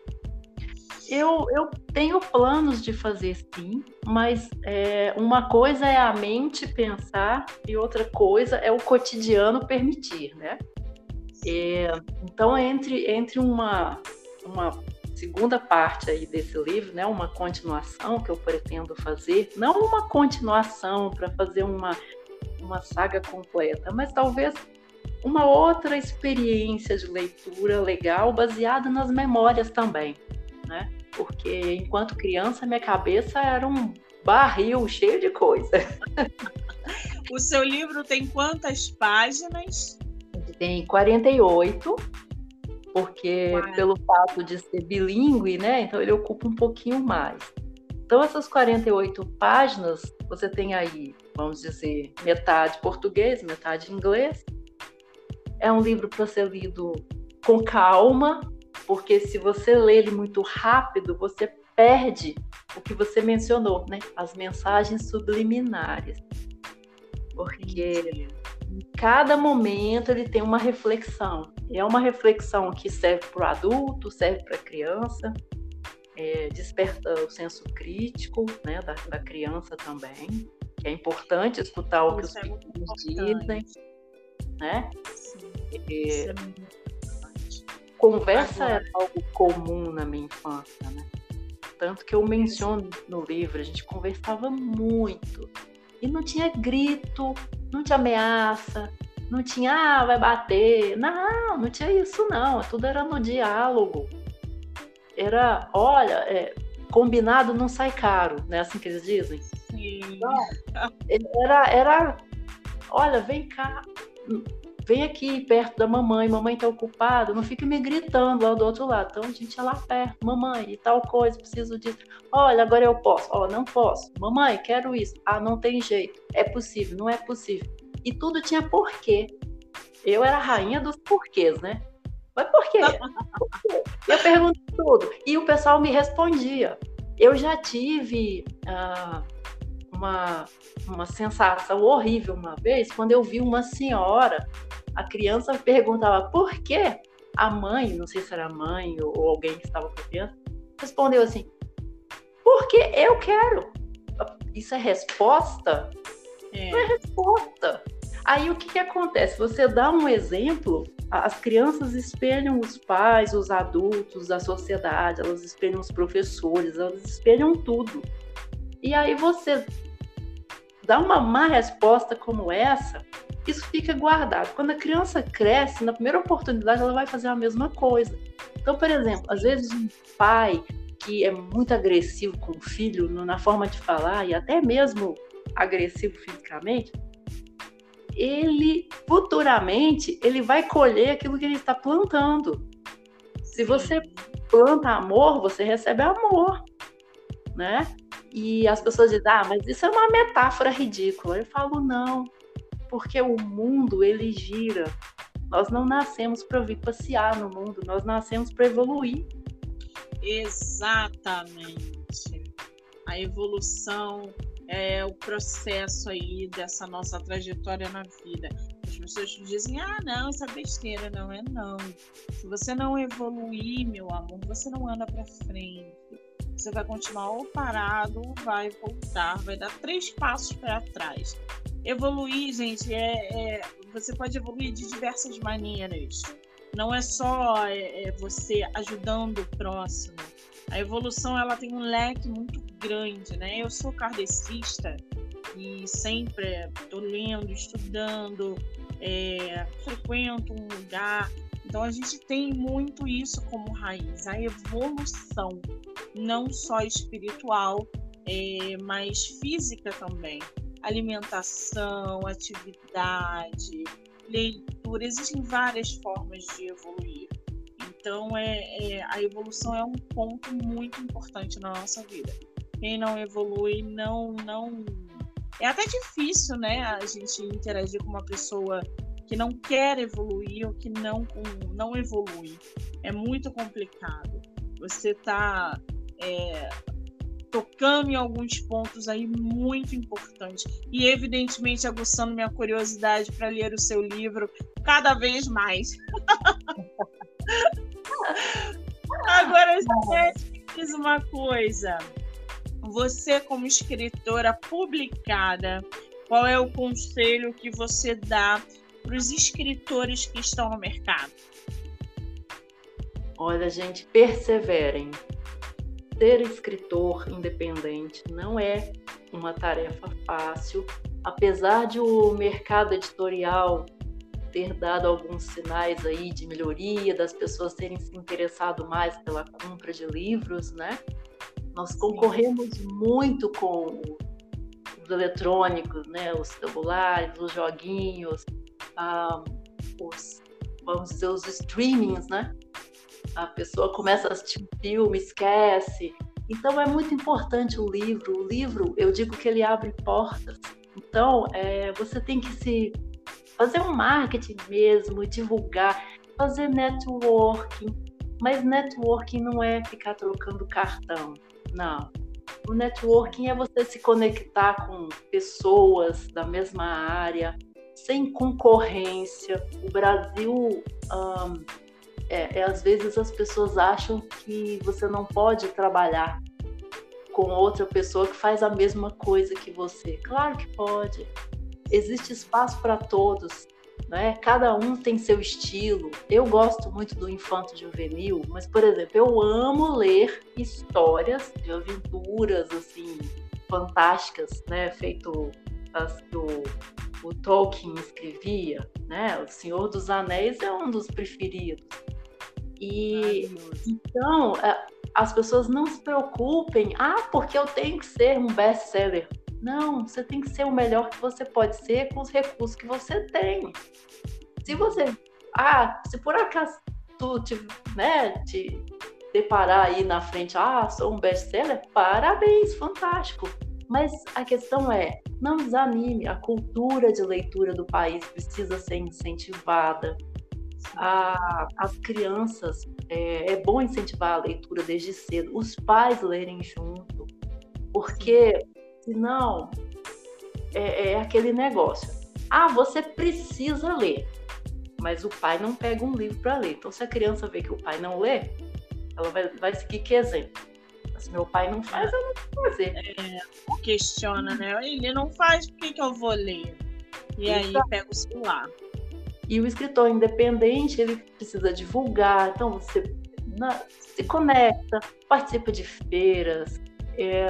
Eu, eu tenho planos de fazer sim, mas é, uma coisa é a mente pensar e outra coisa é o cotidiano permitir, né? É, então, entre, entre uma, uma segunda parte aí desse livro, né, uma continuação que eu pretendo fazer, não uma continuação para fazer uma, uma saga completa, mas talvez uma outra experiência de leitura legal baseada nas memórias também, né? Porque enquanto criança minha cabeça era um barril cheio de coisa. O seu livro tem quantas páginas? Tem quarenta e oito, porque Uau. Pelo fato de ser bilíngue, né? Então ele ocupa um pouquinho mais. Então essas quarenta e oito páginas, você tem aí, vamos dizer, metade português, metade inglês. É um livro para ser lido com calma, porque se você lê ele muito rápido, você perde o que você mencionou, né? As mensagens subliminares. Porque em cada momento ele tem uma reflexão. É uma reflexão que serve para o adulto, serve para a criança, é, desperta o senso crítico, né, da, da criança também, que é importante escutar o Isso que os pequenos dizem. Né? Sim, é, conversa Agora. Era algo comum na minha infância, né? Tanto que eu menciono no livro, a gente conversava muito. E não tinha grito, não tinha ameaça, não tinha, ah, vai bater. Não, não tinha isso não, tudo era no diálogo. Era, olha, é, combinado não sai caro, não é assim que eles dizem? Sim. Então, era, era, olha, vem cá, vem aqui perto da mamãe, mamãe tá ocupada, não fica me gritando lá do outro lado. Então a gente ia lá perto, mamãe, e tal coisa, preciso disso. Olha, agora eu posso. Ó, não posso. Mamãe, quero isso. Ah, não tem jeito. É possível, não é possível. E tudo tinha porquê. Eu era a rainha dos porquês, né? Mas por quê? Por quê? Eu pergunto tudo. E o pessoal me respondia. Eu já tive ah, uma, uma sensação horrível uma vez, quando eu vi uma senhora, a criança perguntava por quê? A mãe, não sei se era a mãe ou, ou alguém que estava com a criança, respondeu assim, porque eu quero. Isso é resposta? É. Não é resposta. Aí o que, que acontece? Você dá um exemplo, as crianças espelham os pais, os adultos, a sociedade, elas espelham os professores, elas espelham tudo. E aí você dá uma má resposta como essa, isso fica guardado. Quando a criança cresce, na primeira oportunidade ela vai fazer a mesma coisa. Então, por exemplo, às vezes um pai que é muito agressivo com o filho na forma de falar e até mesmo agressivo fisicamente, ele futuramente ele vai colher aquilo que ele está plantando. Se você planta amor, você recebe amor, né? E as pessoas dizem, ah, mas isso é uma metáfora ridícula. Eu falo, não, porque o mundo, ele gira. Nós não nascemos para vir passear no mundo, nós nascemos para evoluir. Exatamente. A evolução é o processo aí dessa nossa trajetória na vida. As pessoas dizem, ah, não, isso é besteira. Não é não. Se você não evoluir, meu amor, você não anda para frente. Você vai continuar ou parado, ou vai voltar, vai dar três passos para trás. Evoluir, gente, é, é, você pode evoluir de diversas maneiras. Não é só é, é você ajudando o próximo. A evolução ela tem um leque muito grande, né? Eu sou kardecista e sempre estou lendo, estudando, é, frequento um lugar. Então a gente tem muito isso como raiz, a evolução, não só espiritual, é, mas física também. Alimentação, atividade, leitura, existem várias formas de evoluir. Então, é, é, a evolução é um ponto muito importante na nossa vida. Quem não evolui, não, não... É até difícil, né, a gente interagir com uma pessoa que não quer evoluir ou que não, não evolui. É muito complicado. Você está é, tocando em alguns pontos aí muito importantes e, evidentemente, aguçando minha curiosidade para ler o seu livro cada vez mais. Agora, Janete, me diz uma coisa. Você, como escritora publicada, qual é o conselho que você dá para os escritores que estão no mercado? Olha, gente, perseverem. Ser escritor independente não é uma tarefa fácil, apesar de o mercado editorial ter dado alguns sinais aí de melhoria, das pessoas terem se interessado mais pela compra de livros, né? Nós concorremos muito com os eletrônicos, né? Os celulares, os joguinhos, ah, os, vamos dizer, os streamings, né? A pessoa começa a assistir um filme, esquece. Então é muito importante o livro. O livro, eu digo que ele abre portas. Então, é, você tem que se fazer um marketing mesmo, divulgar, fazer networking. Mas networking não é ficar trocando cartão. Não. O networking é você se conectar com pessoas da mesma área, sem concorrência. O Brasil, um, é, é, às vezes as pessoas acham que você não pode trabalhar com outra pessoa que faz a mesma coisa que você. Claro que pode. Existe espaço para todos. Né? Cada um tem seu estilo. Eu gosto muito do infanto juvenil, mas, por exemplo, eu amo ler histórias de aventuras assim fantásticas, né? Feito as que o, o Tolkien escrevia, né? O Senhor dos Anéis é um dos preferidos. E então as pessoas não se preocupem, ah, porque eu tenho que ser um best-seller. Não, você tem que ser o melhor que você pode ser com os recursos que você tem. Se você, ah, se por acaso tu te, né, te deparar aí na frente, ah, sou um best-seller, parabéns, fantástico. Mas a questão é, não desanime, a cultura de leitura do país precisa ser incentivada. A, as crianças, é, é bom incentivar a leitura desde cedo, os pais lerem junto, porque senão é, é aquele negócio. Ah, você precisa ler, mas o pai não pega um livro para ler. Então, se a criança vê que o pai não lê, ela vai, vai seguir que exemplo? Se meu pai não faz, eu não vou fazer. É, questiona, né? Ele não faz, por que, que eu vou ler? E aí Exato. Pega o celular. E o escritor independente, ele precisa divulgar. Então, você na, se conecta, participa de feiras, é,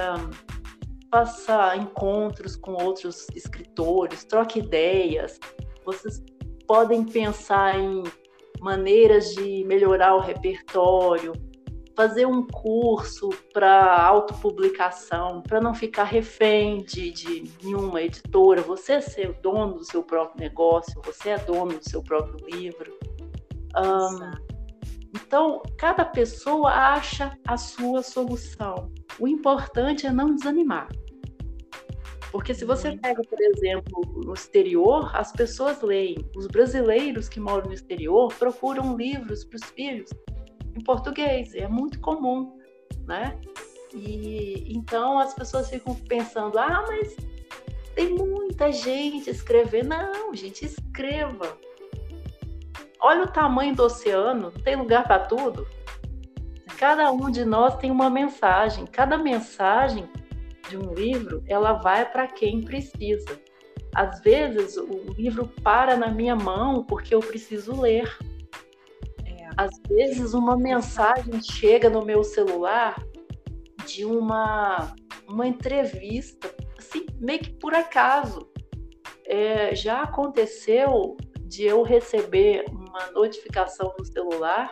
faça encontros com outros escritores, troque ideias. Vocês podem pensar em maneiras de melhorar o repertório, fazer um curso para autopublicação, para não ficar refém de, de nenhuma editora. Você ser dono do seu próprio negócio, você é dono do seu próprio livro. Um, então, cada pessoa acha a sua solução. O importante é não desanimar. Porque se você pega, por exemplo, no exterior, as pessoas leem. Os brasileiros que moram no exterior procuram livros para os filhos em português. É muito comum, né? E então as pessoas ficam pensando, ah, mas tem muita gente escrevendo. Não, gente, escreva. Olha o tamanho do oceano, não tem lugar para tudo. Cada um de nós tem uma mensagem. Cada mensagem de um livro, ela vai para quem precisa. Às vezes, o livro para na minha mão porque eu preciso ler. É. Às vezes, uma mensagem chega no meu celular de uma, uma entrevista, assim, meio que por acaso. É, já aconteceu de eu receber uma notificação no celular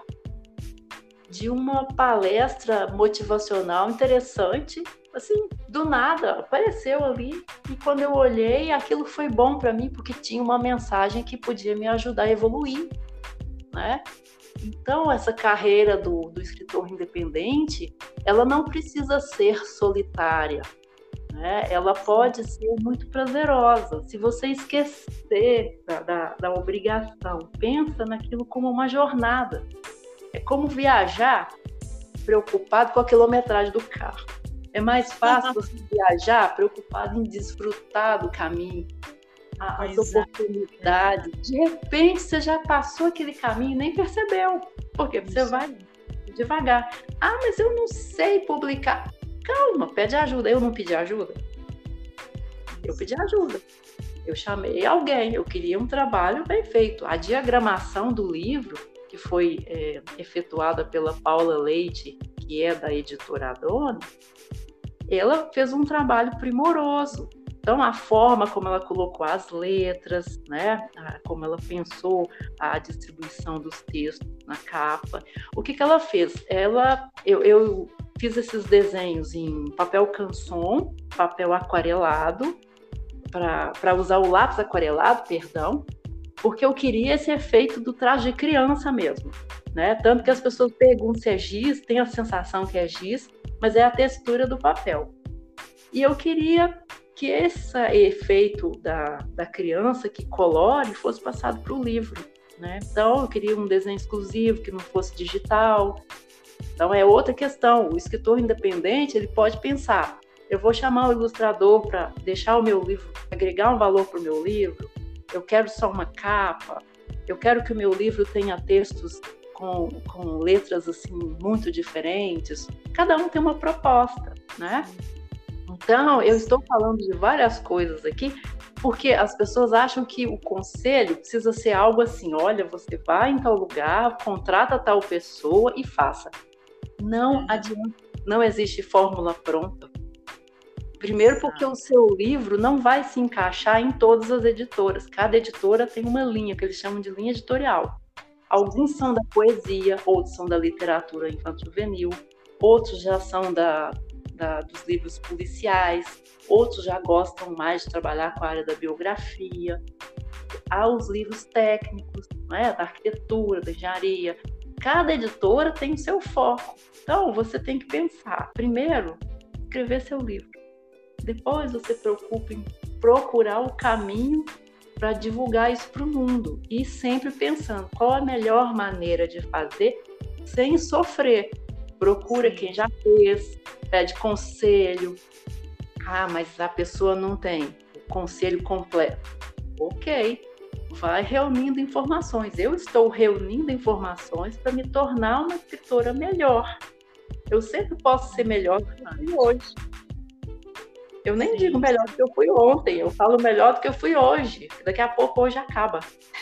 de uma palestra motivacional interessante, assim, do nada, apareceu ali, e quando eu olhei, aquilo foi bom para mim, porque tinha uma mensagem que podia me ajudar a evoluir, né? Então, essa carreira do, do escritor independente, ela não precisa ser solitária, né? Ela pode ser muito prazerosa. Se você esquecer da, da, da obrigação, pensa naquilo como uma jornada. É como viajar preocupado com a quilometragem do carro. É mais fácil você viajar preocupado em desfrutar do caminho, as oportunidades. De repente, você já passou aquele caminho e nem percebeu. Porque você Isso. vai devagar. Ah, mas eu não sei publicar. Calma, pede ajuda. Eu não pedi ajuda. Eu pedi ajuda. Eu chamei alguém. Eu queria um trabalho bem feito. A diagramação do livro, que foi é, efetuada pela Paula Leite, que é da editora Adoni, ela fez um trabalho primoroso. Então, a forma como ela colocou as letras, né? Como ela pensou a distribuição dos textos na capa. O que, que ela fez? Ela, eu, eu fiz esses desenhos em papel canson, papel aquarelado, para usar o lápis aquarelado, perdão, porque eu queria esse efeito do traje de criança mesmo, né? Tanto que as pessoas perguntam se é giz, tem a sensação que é giz, mas é a textura do papel. E eu queria que esse efeito da, da criança que colore fosse passado para o livro, né? Então, eu queria um desenho exclusivo, que não fosse digital. Então, é outra questão. O escritor independente, ele pode pensar, eu vou chamar o ilustrador para deixar o meu livro, agregar um valor para o meu livro, eu quero só uma capa, eu quero que o meu livro tenha textos com, com letras assim, muito diferentes. Cada um tem uma proposta, né? Então, eu estou falando de várias coisas aqui, porque as pessoas acham que o conselho precisa ser algo assim, olha, você vai em tal lugar, contrata tal pessoa e faça. Não adianta, não existe fórmula pronta. Primeiro porque o seu livro não vai se encaixar em todas as editoras. Cada editora tem uma linha, que eles chamam de linha editorial. Alguns são da poesia, outros são da literatura infanto-juvenil, outros já são da... Da, dos livros policiais, outros já gostam mais de trabalhar com a área da biografia, há os livros técnicos, né, da arquitetura, da engenharia. Cada editora tem o seu foco. Então, você tem que pensar, primeiro, escrever seu livro. Depois, você se preocupa em procurar o caminho para divulgar isso para o mundo. E sempre pensando qual a melhor maneira de fazer sem sofrer. Procura quem já fez, pede conselho. Ah, mas a pessoa não tem o conselho completo. Ok, vai reunindo informações. Eu estou reunindo informações para me tornar uma escritora melhor. Eu sempre posso ser melhor do que eu fui hoje. Eu nem Sim. digo melhor do que eu fui ontem, eu falo melhor do que eu fui hoje. Daqui a pouco hoje acaba.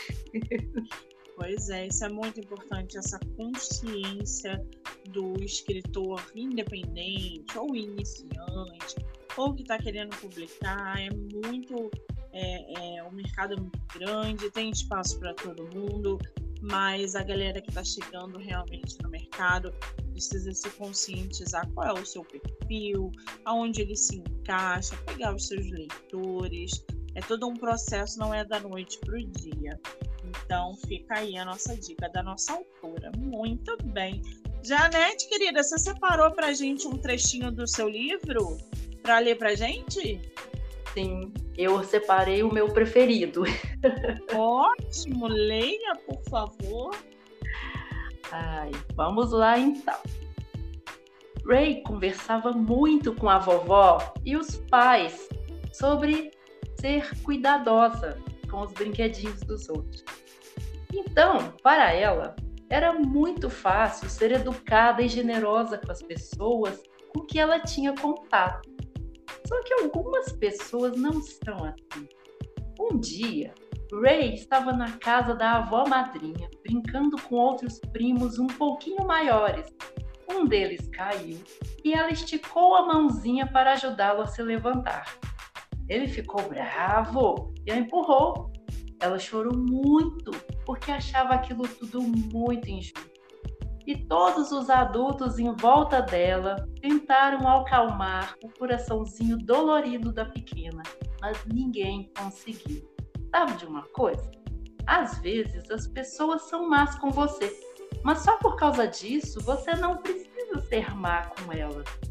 Pois é, isso é muito importante, essa consciência do escritor independente ou iniciante, ou que está querendo publicar. É muito, é, é, o mercado é muito grande, tem espaço para todo mundo, mas a galera que está chegando realmente no mercado precisa se conscientizar qual é o seu perfil, aonde ele se encaixa, pegar os seus leitores. É todo um processo, não é da noite para o dia. Então, fica aí a nossa dica da nossa autora. Muito bem. Janete, querida, você separou para a gente um trechinho do seu livro para ler para a gente? Sim, eu separei o meu preferido. Ótimo, leia, por favor. Ai, vamos lá, então. Ray conversava muito com a vovó e os pais sobre ser cuidadosa com os brinquedinhos dos outros. Então, para ela, era muito fácil ser educada e generosa com as pessoas com que ela tinha contato. Só que algumas pessoas não são assim. Um dia, Ray estava na casa da avó madrinha, brincando com outros primos um pouquinho maiores. Um deles caiu e ela esticou a mãozinha para ajudá-lo a se levantar. Ele ficou bravo e a empurrou. Ela chorou muito porque achava aquilo tudo muito injusto. E todos os adultos em volta dela tentaram acalmar o coraçãozinho dolorido da pequena, mas ninguém conseguiu. Sabe de uma coisa? Às vezes as pessoas são más com você, mas só por causa disso você não precisa ser má com elas.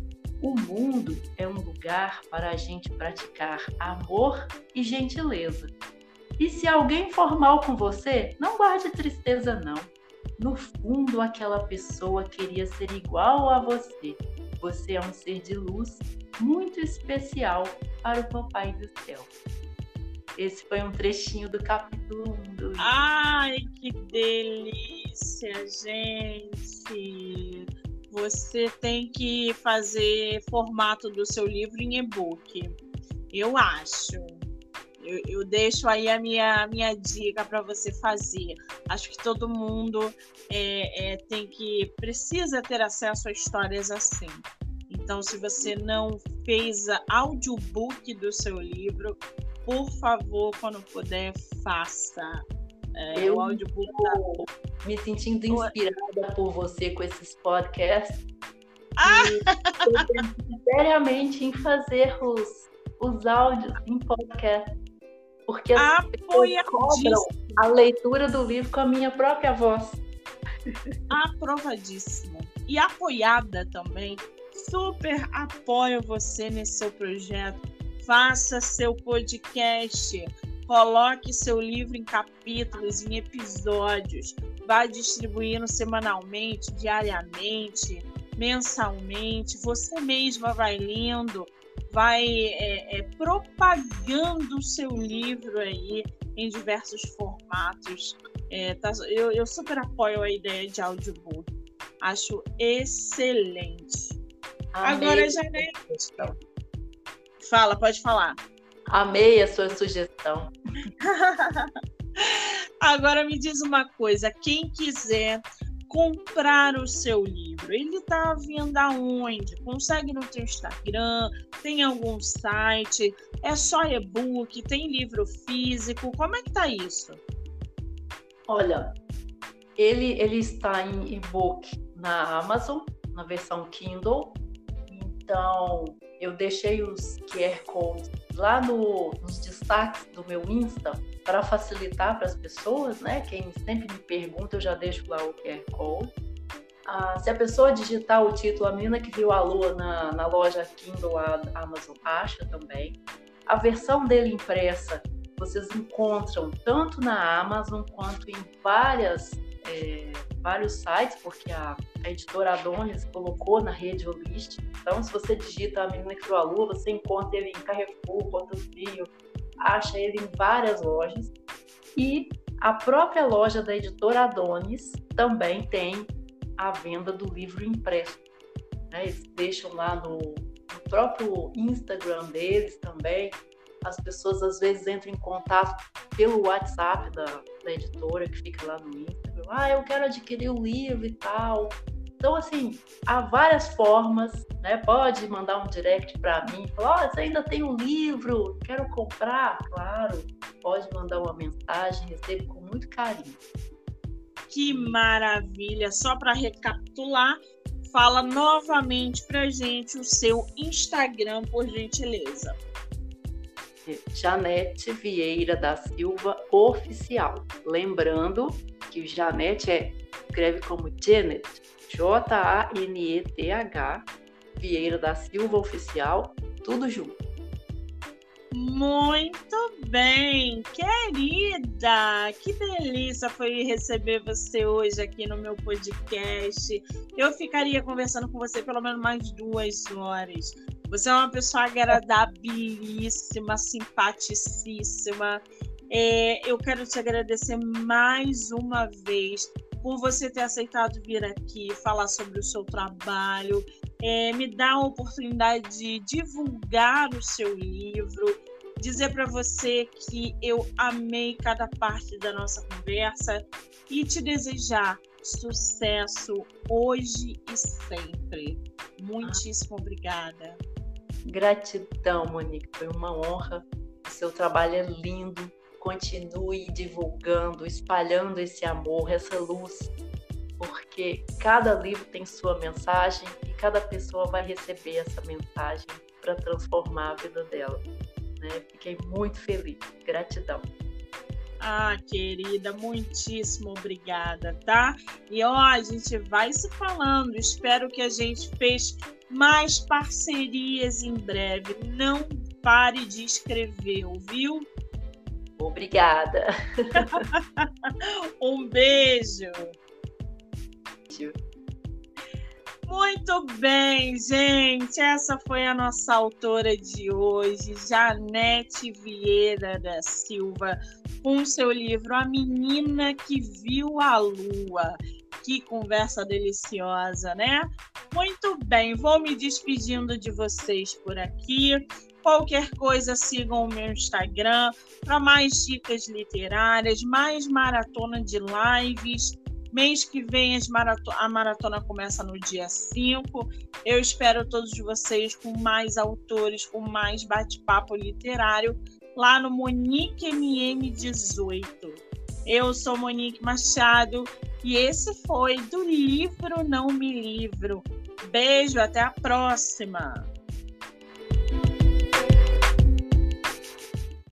O mundo é um lugar para a gente praticar amor e gentileza. E se alguém for mal com você, não guarde tristeza não. No fundo, aquela pessoa queria ser igual a você. Você é um ser de luz muito especial para o Papai do Céu. Esse foi um trechinho do capítulo um do livro. Ai, que delícia, gente! Você tem que fazer formato do seu livro em e-book. Eu acho. Eu, eu deixo aí a minha, minha dica para você fazer. Acho que todo mundo é, é, tem que precisa ter acesso a histórias assim. Então, se você não fez a audiobook do seu livro, por favor, quando puder, faça. É, eu o audiobook estou da... me sentindo inspirada por você com esses podcasts. Ah! E estou pensando seriamente em fazer os, os áudios em podcast. Porque as pessoas cobram a leitura do livro com a minha própria voz. Aprovadíssimo. E apoiada também. Super apoio você nesse seu projeto. Faça seu podcast. Coloque seu livro em capítulos, em episódios. Vá distribuindo semanalmente, diariamente, mensalmente. Você mesma vai lendo, vai é, é, propagando o seu livro aí em diversos formatos. É, tá, eu, eu super apoio a ideia de audiobook. Acho excelente. Amei. Agora, Janete, fala, pode falar. Amei a sua sugestão. Agora me diz uma coisa, quem quiser comprar o seu livro, ele está à venda onde? Consegue no teu Instagram? Tem algum site? É só e-book? Tem livro físico? Como é que tá isso? Olha, ele, ele está em e-book na Amazon, na versão Kindle. Então, eu deixei os Q R Codes lá no, nos destaques do meu Insta para facilitar para as pessoas, né? Quem sempre me pergunta, eu já deixo lá o Q R Code. Ah, se a pessoa digitar o título A Menina que Viu a Lua na, na loja Kindle, a Amazon acha também. A versão dele impressa, vocês encontram tanto na Amazon quanto em várias, é, vários sites, porque a, a editora Adonis colocou na rede Olist. Então, se você digita A Menina que Viu a Lua, você encontra ele em Carrefour, Ponto Frio, acha ele em várias lojas. E a própria loja da editora Adonis também tem a venda do livro impresso. Né? Eles deixam lá no, no próprio Instagram deles também. As pessoas às vezes entram em contato pelo WhatsApp da, da editora, que fica lá no Instagram. Ah, eu quero adquirir o livro e tal. Então, assim, há várias formas, né? Pode mandar um direct para mim, falar, oh, você ainda tem um livro, quero comprar? Claro, pode mandar uma mensagem, recebo com muito carinho. Que maravilha! Só para recapitular, fala novamente para gente o seu Instagram, por gentileza. Janete Vieira da Silva Oficial. Lembrando que o Janete é, escreve como Janet, J A N E T H, Vieira da Silva Oficial, tudo junto. Muito bem, querida, que delícia foi receber você hoje aqui no meu podcast. Eu ficaria conversando com você pelo menos mais duas horas. Você é uma pessoa agradabilíssima, simpaticíssima. É, eu quero te agradecer mais uma vez por você ter aceitado vir aqui falar sobre o seu trabalho, é, me dar a oportunidade de divulgar o seu livro, dizer para você que eu amei cada parte da nossa conversa e te desejar sucesso hoje e sempre. Muitíssimo obrigada. Gratidão, Monique, foi uma honra. O seu trabalho é lindo. Continue divulgando, espalhando esse amor, essa luz, porque cada livro tem sua mensagem e cada pessoa vai receber essa mensagem para transformar a vida dela. Né? Fiquei muito feliz. Gratidão. Ah, querida, muitíssimo obrigada, tá? E ó, a gente vai se falando. Espero que a gente fez Mais parcerias em breve. Não pare de escrever, ouviu? Obrigada. Um beijo. Beijo. Muito bem, gente. Essa foi a nossa autora de hoje, Janete Vieira da Silva, com seu livro A Menina que Viu a Lua. Que conversa deliciosa, né? Muito bem, vou me despedindo de vocês por aqui. Qualquer coisa, sigam o meu Instagram para mais dicas literárias, mais maratona de lives. Mês que vem as marato- a maratona começa no dia cinco. Eu espero todos vocês com mais autores, com mais bate-papo literário lá no Monique M M dezoito. Eu sou Monique Machado e esse foi do livro Não Me Livro. Beijo, até a próxima!